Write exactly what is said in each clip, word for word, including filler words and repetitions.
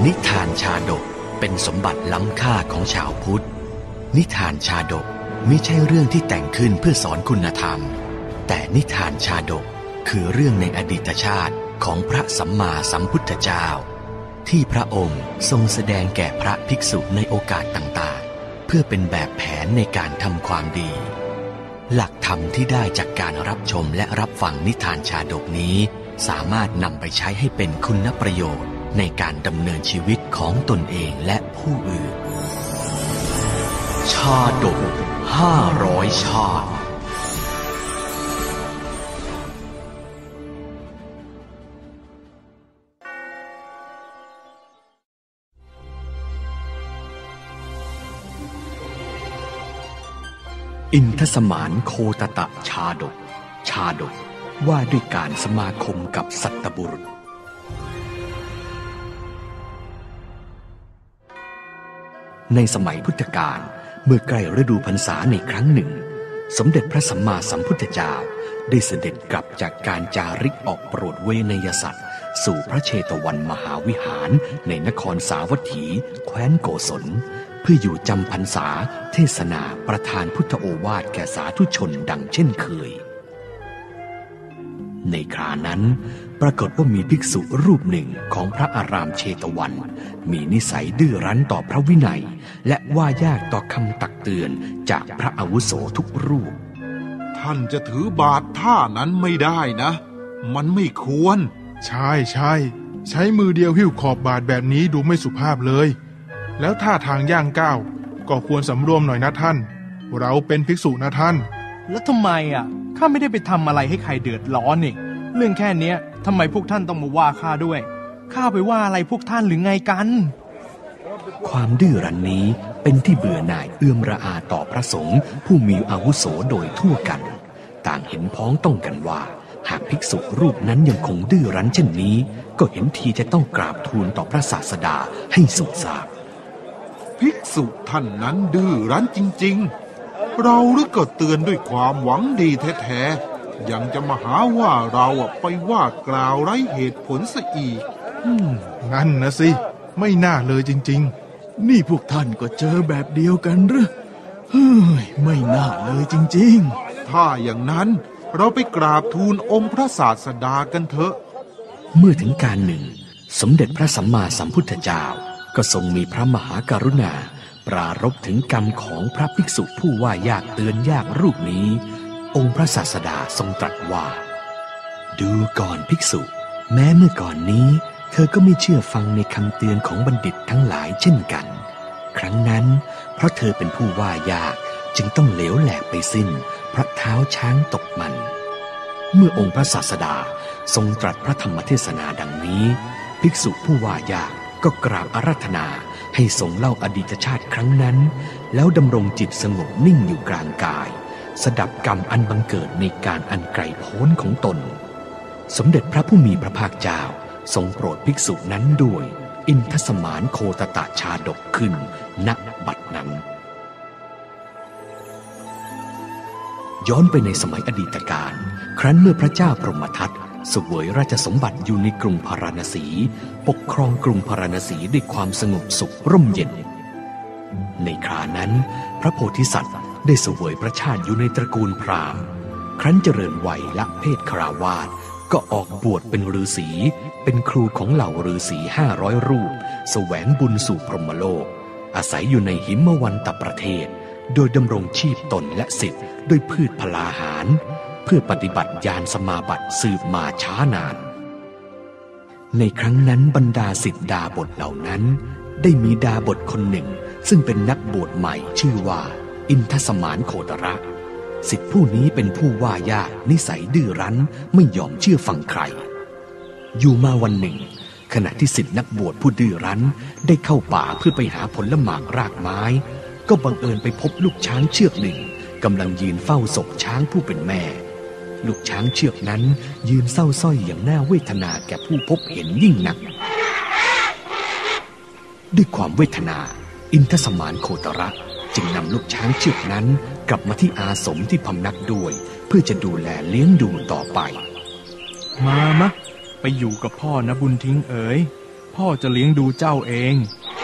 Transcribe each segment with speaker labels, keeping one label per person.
Speaker 1: นิทานชาดกเป็นสมบัติล้ำค่าของชาวพุทธนิทานชาดกมิใช่เรื่องที่แต่งขึ้นเพื่อสอนคุณธรรมแต่นิทานชาดกคือเรื่องในอดีตชาติของพระสัมมาสัมพุทธเจ้าที่พระองค์ทรงแสดงแก่พระภิกษุในโอกาสต่างๆเพื่อเป็นแบบแผนในการทำความดีหลักธรรมที่ได้จากการรับชมและรับฟังนิทานชาดกนี้สามารถนำไปใช้ให้เป็นคุณประโยชน์ในการดำเนินชีวิตของตนเองและผู้อื่นชาดกห้าร้อยชาติอินทสมานโคตตะชาดกชาดกว่าด้วยการสมาคมกับสัตบุรุษในสมัยพุทธกาลเมื่อใกล้ฤดูพรรษาในครั้งหนึ่งสมเด็จพระสัมมาสัมพุทธเจ้าได้เสด็จกลับจากการจาริกออกโปรดเวนยสัตว์สู่พระเชตวันมหาวิหารในนครสาวัตถีแคว้นโกศลเพื่ออยู่จำพรรษาเทศนาประทานพุทธโอวาทแก่สาธุชนดังเช่นเคยในครานั้นปรากฏว่ามีภิกษุรูปหนึ่งของพระอารามเชตวันมีนิสัยดื้อรั้นต่อพระวินัยและว่ายากต่อคำตักเตือนจากพระอาวุโสทุกรูป
Speaker 2: ท่านจะถือบาตรท่านั้นไม่ได้นะมันไม่ควร
Speaker 3: ใช่ใช่ใช้มือเดียวหิ้วขอบบาตรแบบนี้ดูไม่สุภาพเลยแล้วท่าทางย่างก้าวก็ควรสำรวมหน่อยนะท่านเราเป็นภิกษุนะท่าน
Speaker 4: แล้วทำไมอ่ะข้าไม่ได้ไปทำอะไรให้ใครเดือดร้อนนี่เรื่องแค่เนี้ยทำไมพวกท่านต้องมาว่าข้าด้วยข้าไปว่าอะไรพวกท่านหรือไงกัน
Speaker 1: ความดื้อรั้นนี้เป็นที่เบื่อหน่ายเอื้อมระอาต่อพระสงฆ์ผู้มีอาวุโสโดยทั่วกันต่างเห็นพ้องต้องกันว่าหากภิกษุรูปนั้นยังคงดื้อรั้นเช่นนี้ก็เห็นทีจะต้องกราบทูลต่อพระศาสดาให้สุดทราบ
Speaker 2: ภิกษุท่านนั้นดื้อรั้นจริงๆเราหรือก็เตือนด้วยความหวังดีแท้ๆยังจะมาหาว่าเราไปว่ากล่าวไร้เหตุผลซะอีก
Speaker 3: นั่นนะสิไม่น่าเลยจริง
Speaker 5: ๆนี่พวกท่านก็เจอแบบเดียวกันหรือเฮ้ยไม่น่าเลยจริง
Speaker 2: ๆถ้าอย่างนั้นเราไปกราบทูลองค์พระศาสดากันเถอะ
Speaker 1: เมื่อถึงการหนึ่งสมเด็จพระสัมมาสัมพุทธเจ้าก็ทรงมีพระมหากรุณาปรารภถึงกรรมของพระภิกษุผู้ว่ายากเตือนยากรูปนี้องค์พระศาสดาทรงตรัสว่าดูก่อนภิกษุแม้เมื่อก่อนนี้เธอก็ไม่เชื่อฟังในคำเตือนของบัณฑิตทั้งหลายเช่นกันครั้งนั้นเพราะเธอเป็นผู้ว่ายากจึงต้องเหลวแหลกไปสิ้นเพราะเท้าช้างตกมันเมื่อองค์พระศาสดาทรงตรัสพระธรรมเทศนาดังนี้ภิกษุผู้ว่ายากก็กราบอาราธนาให้ทรงเล่าอดีตชาติครั้งนั้นแล้วดำรงจิตสงบนิ่งอยู่กลางกายสดับกรรมอันบังเกิดในการอันไกลโพ้นของตนสมเด็จพระผู้มีพระภาคเจ้าทรงโปรดภิกษุนั้นด้วยอินทสมานโคตตะชาดกขึ้นณบัดนั้นย้อนไปในสมัยอดีตกาลครั้นเมื่อพระเจ้าพรหมทัตเสวยราชสมบัติอยู่ในกรุงพาราณสีปกครองกรุงพาราณสีด้วยความสงบสุขร่มเย็นในครานั้นพระโพธิสัตว์ได้เสวยพระชาติอยู่ในตระกูลพราหมณ์ครั้นเจริญวัยละเพศคราวาสก็ออกบวชเป็นฤาษีเป็นครูของเหล่าฤาษีห้าร้อยรูปแสวงบุญสู่พรหมโลกอาศัยอยู่ในหิมวันตประเทศโดยดำรงชีพตนและศิษย์ด้วยพืชพลาหารเพื่อปฏิบัติญาณสมาบัติสืบมาช้านานในครั้งนั้นบรรดาศิษย์ดาบทเหล่านั้นได้มีดาบทคนหนึ่งซึ่งเป็นนักบวชใหม่ชื่อว่าอินทสมานโคตระศิษย์ผู้นี้เป็นผู้ว่ายากนิสัยดื้อรั้นไม่ยอมเชื่อฟังใครอยู่มาวันหนึ่งขณะที่ศิษย์นักบวชผู้ดื้อรั้นได้เข้าป่าเพื่อไปหาผลหมากรากไม้ก็บังเอิญไปพบลูกช้างเชือกหนึ่งกำลังยืนเฝ้าศพช้างผู้เป็นแม่ลูกช้างเชือกนั้นยืนเศร้าส้อยอย่างน่าเวทนาแก่ผู้พบเห็นยิ่งนักด้วยความเวทนาอินทสมานโคตระจึงนำลูกช้างเชือกนั้นกลับมาที่อาสมที่พำนักด้วยเพื่อจะดูแลเลี้ยงดูต่อไป
Speaker 4: มามะไปอยู่กับพ่อนะบุญทิ้งเอ๋ยพ่อจะเลี้ยงดูเจ้าเอง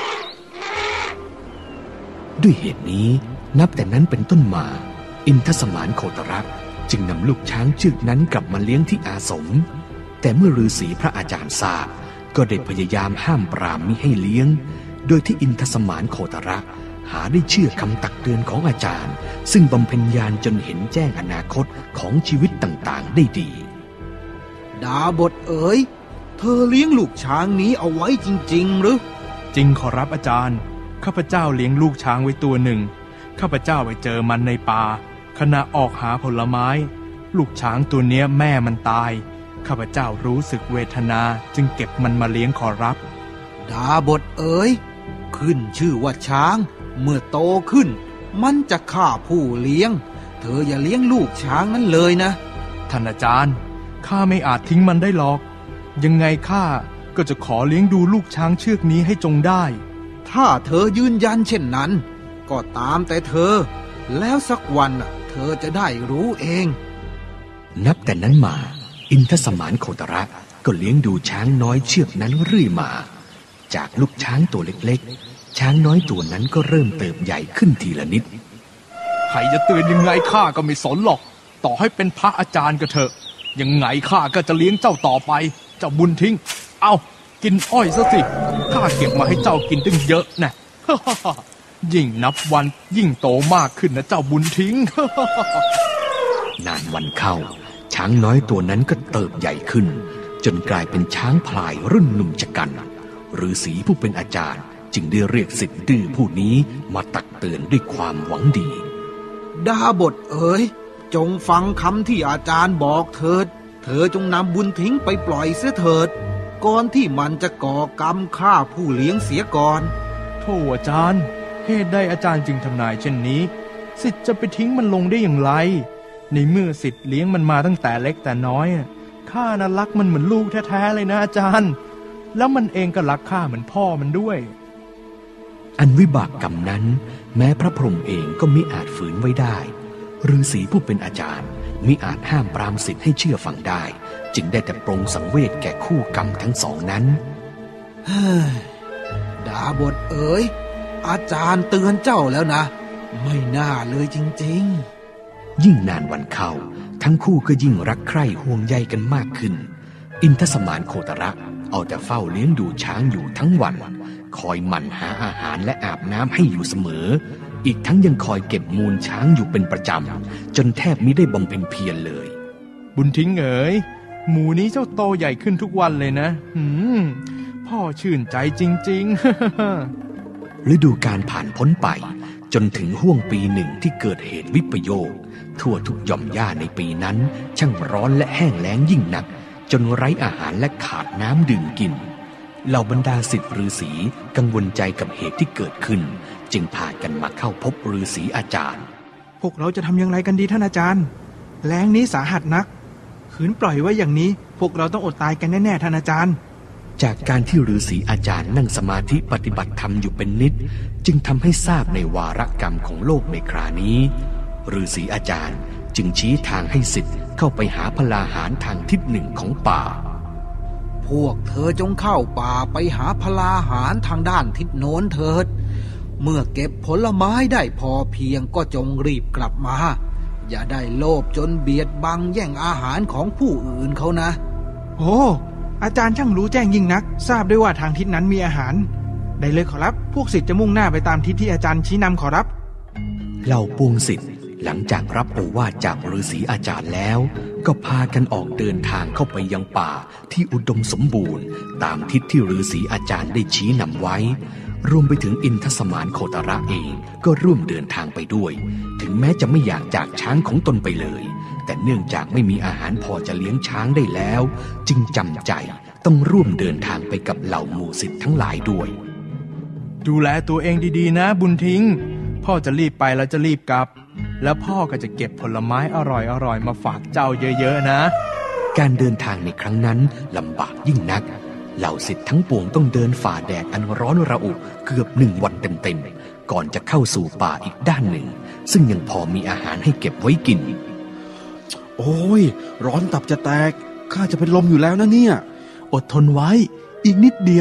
Speaker 1: ด้วยเหตุนี้นับแต่นั้นเป็นต้นมาอินทสมานโคตรจึงนำลูกช้างเชือกนั้นกลับมาเลี้ยงที่อาสมแต่เมื่อฤาษีพระอาจารย์ทราบก็ได้พยายามห้ามปรามมิให้เลี้ยงโดยที่อินทสมานโคตรหาได้เชื่อคำตักเตือนของอาจารย์ซึ่งบำเพ็ญญาณจนเห็นแจ้งอนาคตของชีวิตต่างๆได้ดี
Speaker 6: ดาบทเอ๋ยเธอเลี้ยงลูกช้างนี้เอาไว้จริงๆหรือ
Speaker 4: จริงขอรับอาจารย์ข้าพเจ้าเลี้ยงลูกช้างไว้ตัวหนึ่งข้าพเจ้าไปเจอมันในป่าขณะออกหาผลไม้ลูกช้างตัวเนี้ยแม่มันตายข้าพเจ้ารู้สึกเวทนาจึงเก็บมันมาเลี้ยงขอรับ
Speaker 6: ดาบทเอ๋ยขึ้นชื่อว่าช้างเมื่อโตขึ้นมันจะฆ่าผู้เลี้ยงเธออย่าเลี้ยงลูกช้างนั้นเลยนะ
Speaker 4: ท่านอาจารย์ข้าไม่อาจทิ้งมันได้หรอกยังไงข้าก็จะขอเลี้ยงดูลูกช้างเชือกนี้ให้จงได้
Speaker 6: ถ้าเธอยืนยันเช่นนั้นก็ตามแต่เธอแล้วสักวันเธอจะได้รู้เอง
Speaker 1: นับแต่นั้นมาอินทสมานโคตรก็เลี้ยงดูช้างน้อยเชือกนั้นเรื่อยมาจากลูกช้างตัวเล็กๆช้างน้อยตัวนั้นก็เริ่มเติบใหญ่ขึ้นทีละนิด
Speaker 4: ใครจะเตือนยังไงข้าก็ไม่สนหรอกต่อให้เป็นพระอาจารย์ก็เถอะยังไงข้าก็จะเลี้ยงเจ้าต่อไปเจ้าบุญทิ้งเอากินอ้อยซะสิข้าเก็บมาให้เจ้ากินตั้งเยอะนะ ยิ่งนับวันยิ่งโตมากขึ้นนะเจ้าบุญทิ้ง
Speaker 1: นานวันเข้าช้างน้อยตัวนั้นก็เติบใหญ่ขึ้นจนกลายเป็นช้างพลายรุ่นหนุ่มชะกันฤาษีผู้เป็นอาจารย์จึงได้เรียกศิษย์ดื้อผู้นี้มาตักเตือนด้วยความหวังดี
Speaker 6: ดาบทเอ๋ยจงฟังคำที่อาจารย์บอกเถิดเธอจงนำบุญทิ้งไปปล่อยเสียเถิดก่อนที่มันจะก่อกรรมฆ่าผู้เลี้ยงเสียก่อน
Speaker 4: โธ่อาจารย์เหตุใดอาจารย์จึงทำนายเช่นนี้ศิษย์จะไปทิ้งมันลงได้อย่างไรในเมื่อศิษย์เลี้ยงมันมาตั้งแต่เล็กแต่น้อยข้าน่ะรักมันเหมือนลูกแท้ๆเลยนะอาจารย์แล้วมันเองก็รักข้าเหมือนพ่อมันด้วย
Speaker 1: อันวิบากกรรมนั้นแม้พระพรหมเองก็มิอาจฝืนไว้ได้ฤาษีผู้เป็นอาจารย์มิอาจห้ามปรามศิษย์ให้เชื่อฟังได้จึงได้แต่ปรงสังเวชแก่คู่กรรมทั้งสองนั้น
Speaker 6: เฮ้ยดาบทเอ๋ยอาจารย์เตือนเจ้าแล้วนะไม่น่าเลยจริง
Speaker 1: ๆยิ่งนานวันเข้าทั้งคู่ก็ยิ่งรักใคร่ห่วงใยกันมากขึ้นอินทสมานโคตรเอาแต่เฝ้าเลี้ยงดูช้างอยู่ทั้งวันคอยหมั่นหาอาหารและอาบน้ำให้อยู่เสมออีกทั้งยังคอยเก็บมูลช้างอยู่เป็นประจำจนแทบมิได้บำเพ็ญเพียรเลย
Speaker 4: บุญทิ้งเอ๋ยหมูนี้เจ้าโตใหญ่ขึ้นทุกวันเลยนะหืมพ่อชื่นใจจริง
Speaker 1: ๆ ฤดูกาลผ่านพ้นไปจนถึงห้วงปีหนึ่งที่เกิดเหตุวิปโยคทั่วทุกหย่อมหญ้าในปีนั้นช่างร้อนและแห้งแล้งยิ่งหนักจนไร้อาหารและขาดน้ำดื่มกินเหล่าบรรดาศิษย์ฤาษีกังวลใจกับเหตุที่เกิดขึ้นจึงพากันมาเข้าพบฤาษีอาจารย์
Speaker 7: พวกเราจะทำอย่างไรกันดีท่านอาจารย์แล้งนี้สาหัสนักขืนปล่อยไว้อย่างนี้พวกเราต้องอดตายกันแน่ๆท่านอาจารย์
Speaker 1: จากการที่ฤาษีอาจารย์นั่งสมาธิปฏิบัติธรรมอยู่เป็นนิดจึงทำให้ทราบในวาระกรรมของโลกในครานี้ฤาษีอาจารย์จึงชี้ทางให้ศิษย์เข้าไปหาพลาหารทางทิศหนึ่งของป่า
Speaker 6: พวกเธอจงเข้าป่าไปหาพลาหารทางด้านทิศโน้นเถิดเมื่อเก็บผลไม้ได้พอเพียงก็จงรีบกลับมาอย่าได้โลภจนเบียดบังแย่งอาหารของผู้อื่นเขานะ
Speaker 7: โอ้อาจารย์ช่างรู้แจ้งยิ่งนักทราบด้วยว่าทางทิศนั้นมีอาหารได้เลยขอรับพวกศิษย์จะมุ่งหน้าไปตามทิศที่อาจารย์ชี้นำขอรับ
Speaker 1: เหล่าปวงศิษย์หลังจากรับโอวาทจากฤาษีอาจารย์แล้วก็พากันออกเดินทางเข้าไปยังป่าที่อุดมสมบูรณ์ตามทิศที่ฤาษีอาจารย์ได้ชี้นำไว้รวมไปถึงอินทสมานโคตรเองก็ร่วมเดินทางไปด้วยถึงแม้จะไม่อยากจากช้างของตนไปเลยแต่เนื่องจากไม่มีอาหารพอจะเลี้ยงช้างได้แล้วจึงจำใจต้องร่วมเดินทางไปกับเหล่าหมู่ศิษย์ทั้งหลายด้วย
Speaker 4: ดูแลตัวเองดีๆนะบุญทิ้งพ่อจะรีบไปแล้วจะรีบกลับแล้วพ่อก็จะเก็บผลไม้อร่อยๆมาฝากเจ้าเยอะๆนะ
Speaker 1: การเดินทางในครั้งนั้นลำบากยิ่งนักเหล่าศิษย์ทั้งปวงต้องเดินฝ่าแดดอันร้อนระอุเกือบหนึ่งวันเต็มๆก่อนจะเข้าสู่ป่าอีกด้านหนึ่งซึ่งยังพอมีอาหารให้เก็บไว้กิน
Speaker 5: โอ้ยร้อนตับจะแตกข้าจะเป็นลมอยู่แล้วนะเนี่ยอดทนไว้อีกนิดเดียวอ่ะ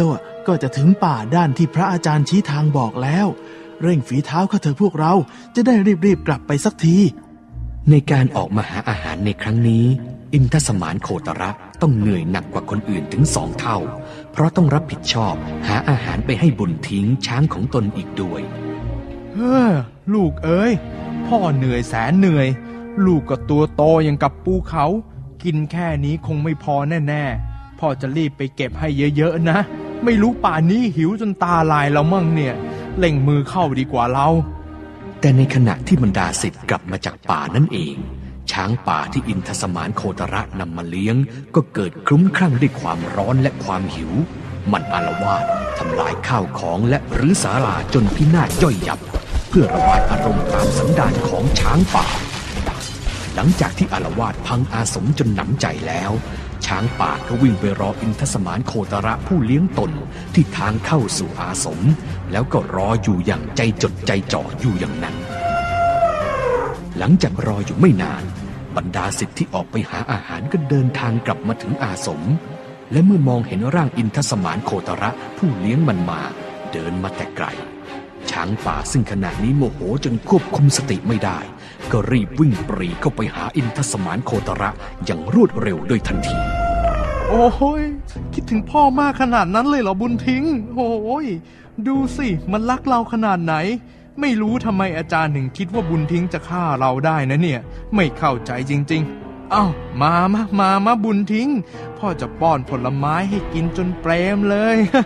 Speaker 5: ก็จะถึงป่าด้านที่พระอาจารย์ชี้ทางบอกแล้วเร่งฝีเท้าเข้าเถอะพวกเราจะได้รีบๆกลับไปสักที
Speaker 1: ในการออกมาหาอาหารในครั้งนี้อินทสมานโคตระต้องเหนื่อยหนักกว่าคนอื่นถึงสองเท่าเพราะต้องรับผิดชอบหาอาหารไปให้บุญทิ้งช้างของตนอีกด้วย
Speaker 4: เฮ้อลูกเอ้ยพ่อเหนื่อยแสนเหนื่อยลูกก็ตัวโตอย่างกับภูเขากินแค่นี้คงไม่พอแน่ๆพ่อจะรีบไปเก็บให้เยอะๆนะไม่รู้ป่านนี้หิวจนตาลายแล้วมั่งเนี่ยเล่งมือเข้าดีกว่าเรา
Speaker 1: แต่ในขณะที่บรรดาศิษย์กลับมาจากป่านั่นเองช้างป่าที่อินทสมานโคตระนำมาเลี้ยงก็เกิดคลุ้มคลั่งด้วยความร้อนและความหิวมันอาละวาดทำลายข้าวของและรื้อศาลาจนพินาศย่อยยับเพื่อระบายอารมณ์ตามสันดานของช้างป่าหลังจากที่อาละวาดพังอาสมจนหนำใจแล้วช้างป่าก็วิ่งไปรออินทสมานโคตระผู้เลี้ยงตนที่ทางเข้าสู่อาสมแล้วก็รออยู่อย่างใจจดใจจ่ออยู่อย่างนั้นหลังจากรออยู่ไม่นานบรรดาศิษย์ที่ออกไปหาอาหารก็เดินทางกลับมาถึงอาสมและเมื่อมองเห็นร่างอินทสมานโคตระผู้เลี้ยงมันมาเดินมาแต่ไกลช้างป่าซึ่งขณะนี้โมโหจนควบคุมสติไม่ได้ก็รีบวิ่งปรีเข้าไปหาอินทสมานโคตระอย่างรวดเร็วโดยทันที
Speaker 4: โอ้ยคิดถึงพ่อมากขนาดนั้นเลยเหรอบุญทิ้งโอ้ยดูสิมันรักเราขนาดไหนไม่รู้ทำไมอาจารย์ถึงคิดว่าบุญทิ้งจะฆ่าเราได้นะเนี่ยไม่เข้าใจจริงๆอ้าวมามามามาบุญทิ้งพ่อจะป้อนผลไม้ให้กินจนเปรมเลย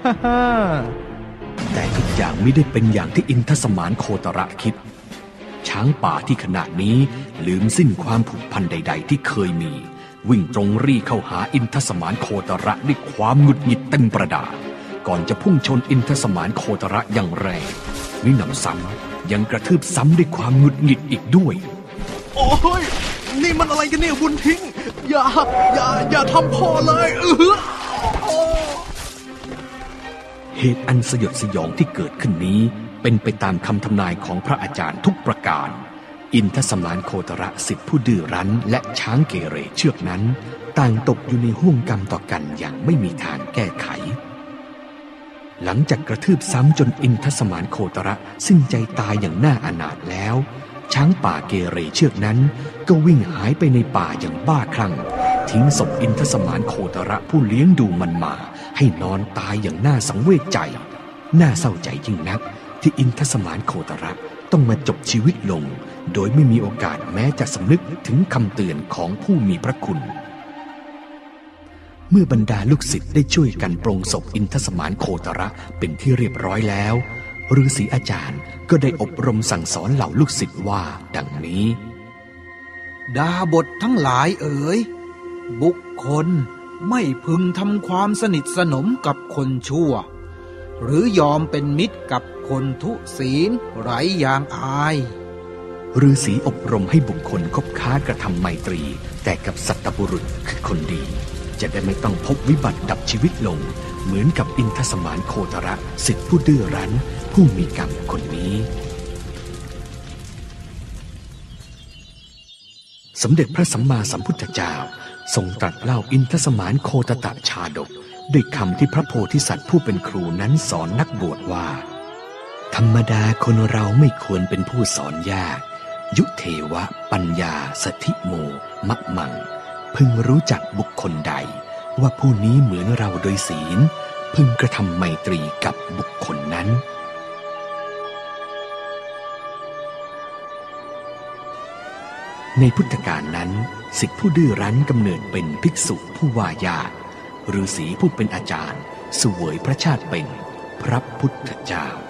Speaker 1: แต่ทุกอย่างไม่ได้เป็นอย่างที่อินทสมานโคตระคิดช้างป่าที่ขณะนี้ลืมสิ้นความผูกพันใดๆที่เคยมีวิ่งตรงรีเข้าหาอินทสมานโคตระด้วยความหงุดหงิดเต็มประดาก่อนจะพุ่งชนอินทสมานโคตระอย่างแรงมิหนำซ้ำยังกระทืบซ้ำด้วยความหงุดหงิดอีกด้วย
Speaker 4: โอ้ยนี่มันอะไรกันเนี่ยบุญทิ้งอย่าอย่าอย่าทำพ่อเลยเออ
Speaker 1: เหตุอันสยดสยองที่เกิดขึ้นนี้เป็นไปตามคำทำนายของพระอาจารย์ทุกประการอินทสมานโคตระศิษย์ผู้ดื้อรั้นและช้างเกเรเชือกนั้นต่างตกอยู่ในห่วงกรรมต่อกันอย่างไม่มีทางแก้ไขหลังจากกระทืบซ้ำจนอินทสมานโคตระสิ้นใจตายอย่างน่าอนาถแล้วช้างป่าเกเรเชือกนั้นก็วิ่งหายไปในป่าอย่างบ้าคลั่งทิ้งศพอินทสมานโคตระผู้เลี้ยงดูมันมาให้นอนตายอย่างน่าสังเวชใจน่าเศร้าใจยิ่งนักที่อินทสมานโคตระต้องมาจบชีวิตลงโดยไม่มีโอกาสแม้จะสำนึกถึงคำเตือนของผู้มีพระคุณเมื่อบรรดาลูกศิษย์ได้ช่วยกันปรงศพอินทสมานโคตระเป็นที่เรียบร้อยแล้วฤาษีอาจารย์ก็ได้อบรมสั่งสอนเหล่าลูกศิษย์ว่าดังนี้
Speaker 6: ดาบททั้งหลายเอ๋ยบุคคลไม่พึงทำความสนิทสนมกับคนชั่วหรือยอมเป็นมิตรกับคนทุศีลไร้ยางอาย
Speaker 1: ฤาษีอบรมให้บุคคลคบค้ากระทำไมตรีแต่กับสัตบุรุษคือคนดีจะได้ไม่ต้องพบวิบัติดับชีวิตลงเหมือนกับอินทสมานโคตระศิษย์ผู้ดื้อรั้นผู้มีกรรมคนนี้สมเด็จพระสัมมาสัมพุทธเจ้าทรงตรัสเล่าอินทสมานโคตตะชาดกด้วยคำที่พระโพธิสัตว์ผู้เป็นครูนั้นสอนนักบวชว่าธรรมดาคนเราไม่ควรเป็นผู้สอนยากยุเทวะปัญญาสถิโมมะมังพึงรู้จักบุคคลใดว่าผู้นี้เหมือนเราโดยศีลพึงกระทำไมตรีกับบุคคลนั้นในพุทธกาลนั้นศิษย์ผู้ดื้อรั้นกำเนิดเป็นภิกษุผู้ว่ายากฤาษีผู้เป็นอาจารย์เสวยพระชาติเป็นพระพุทธเจ้า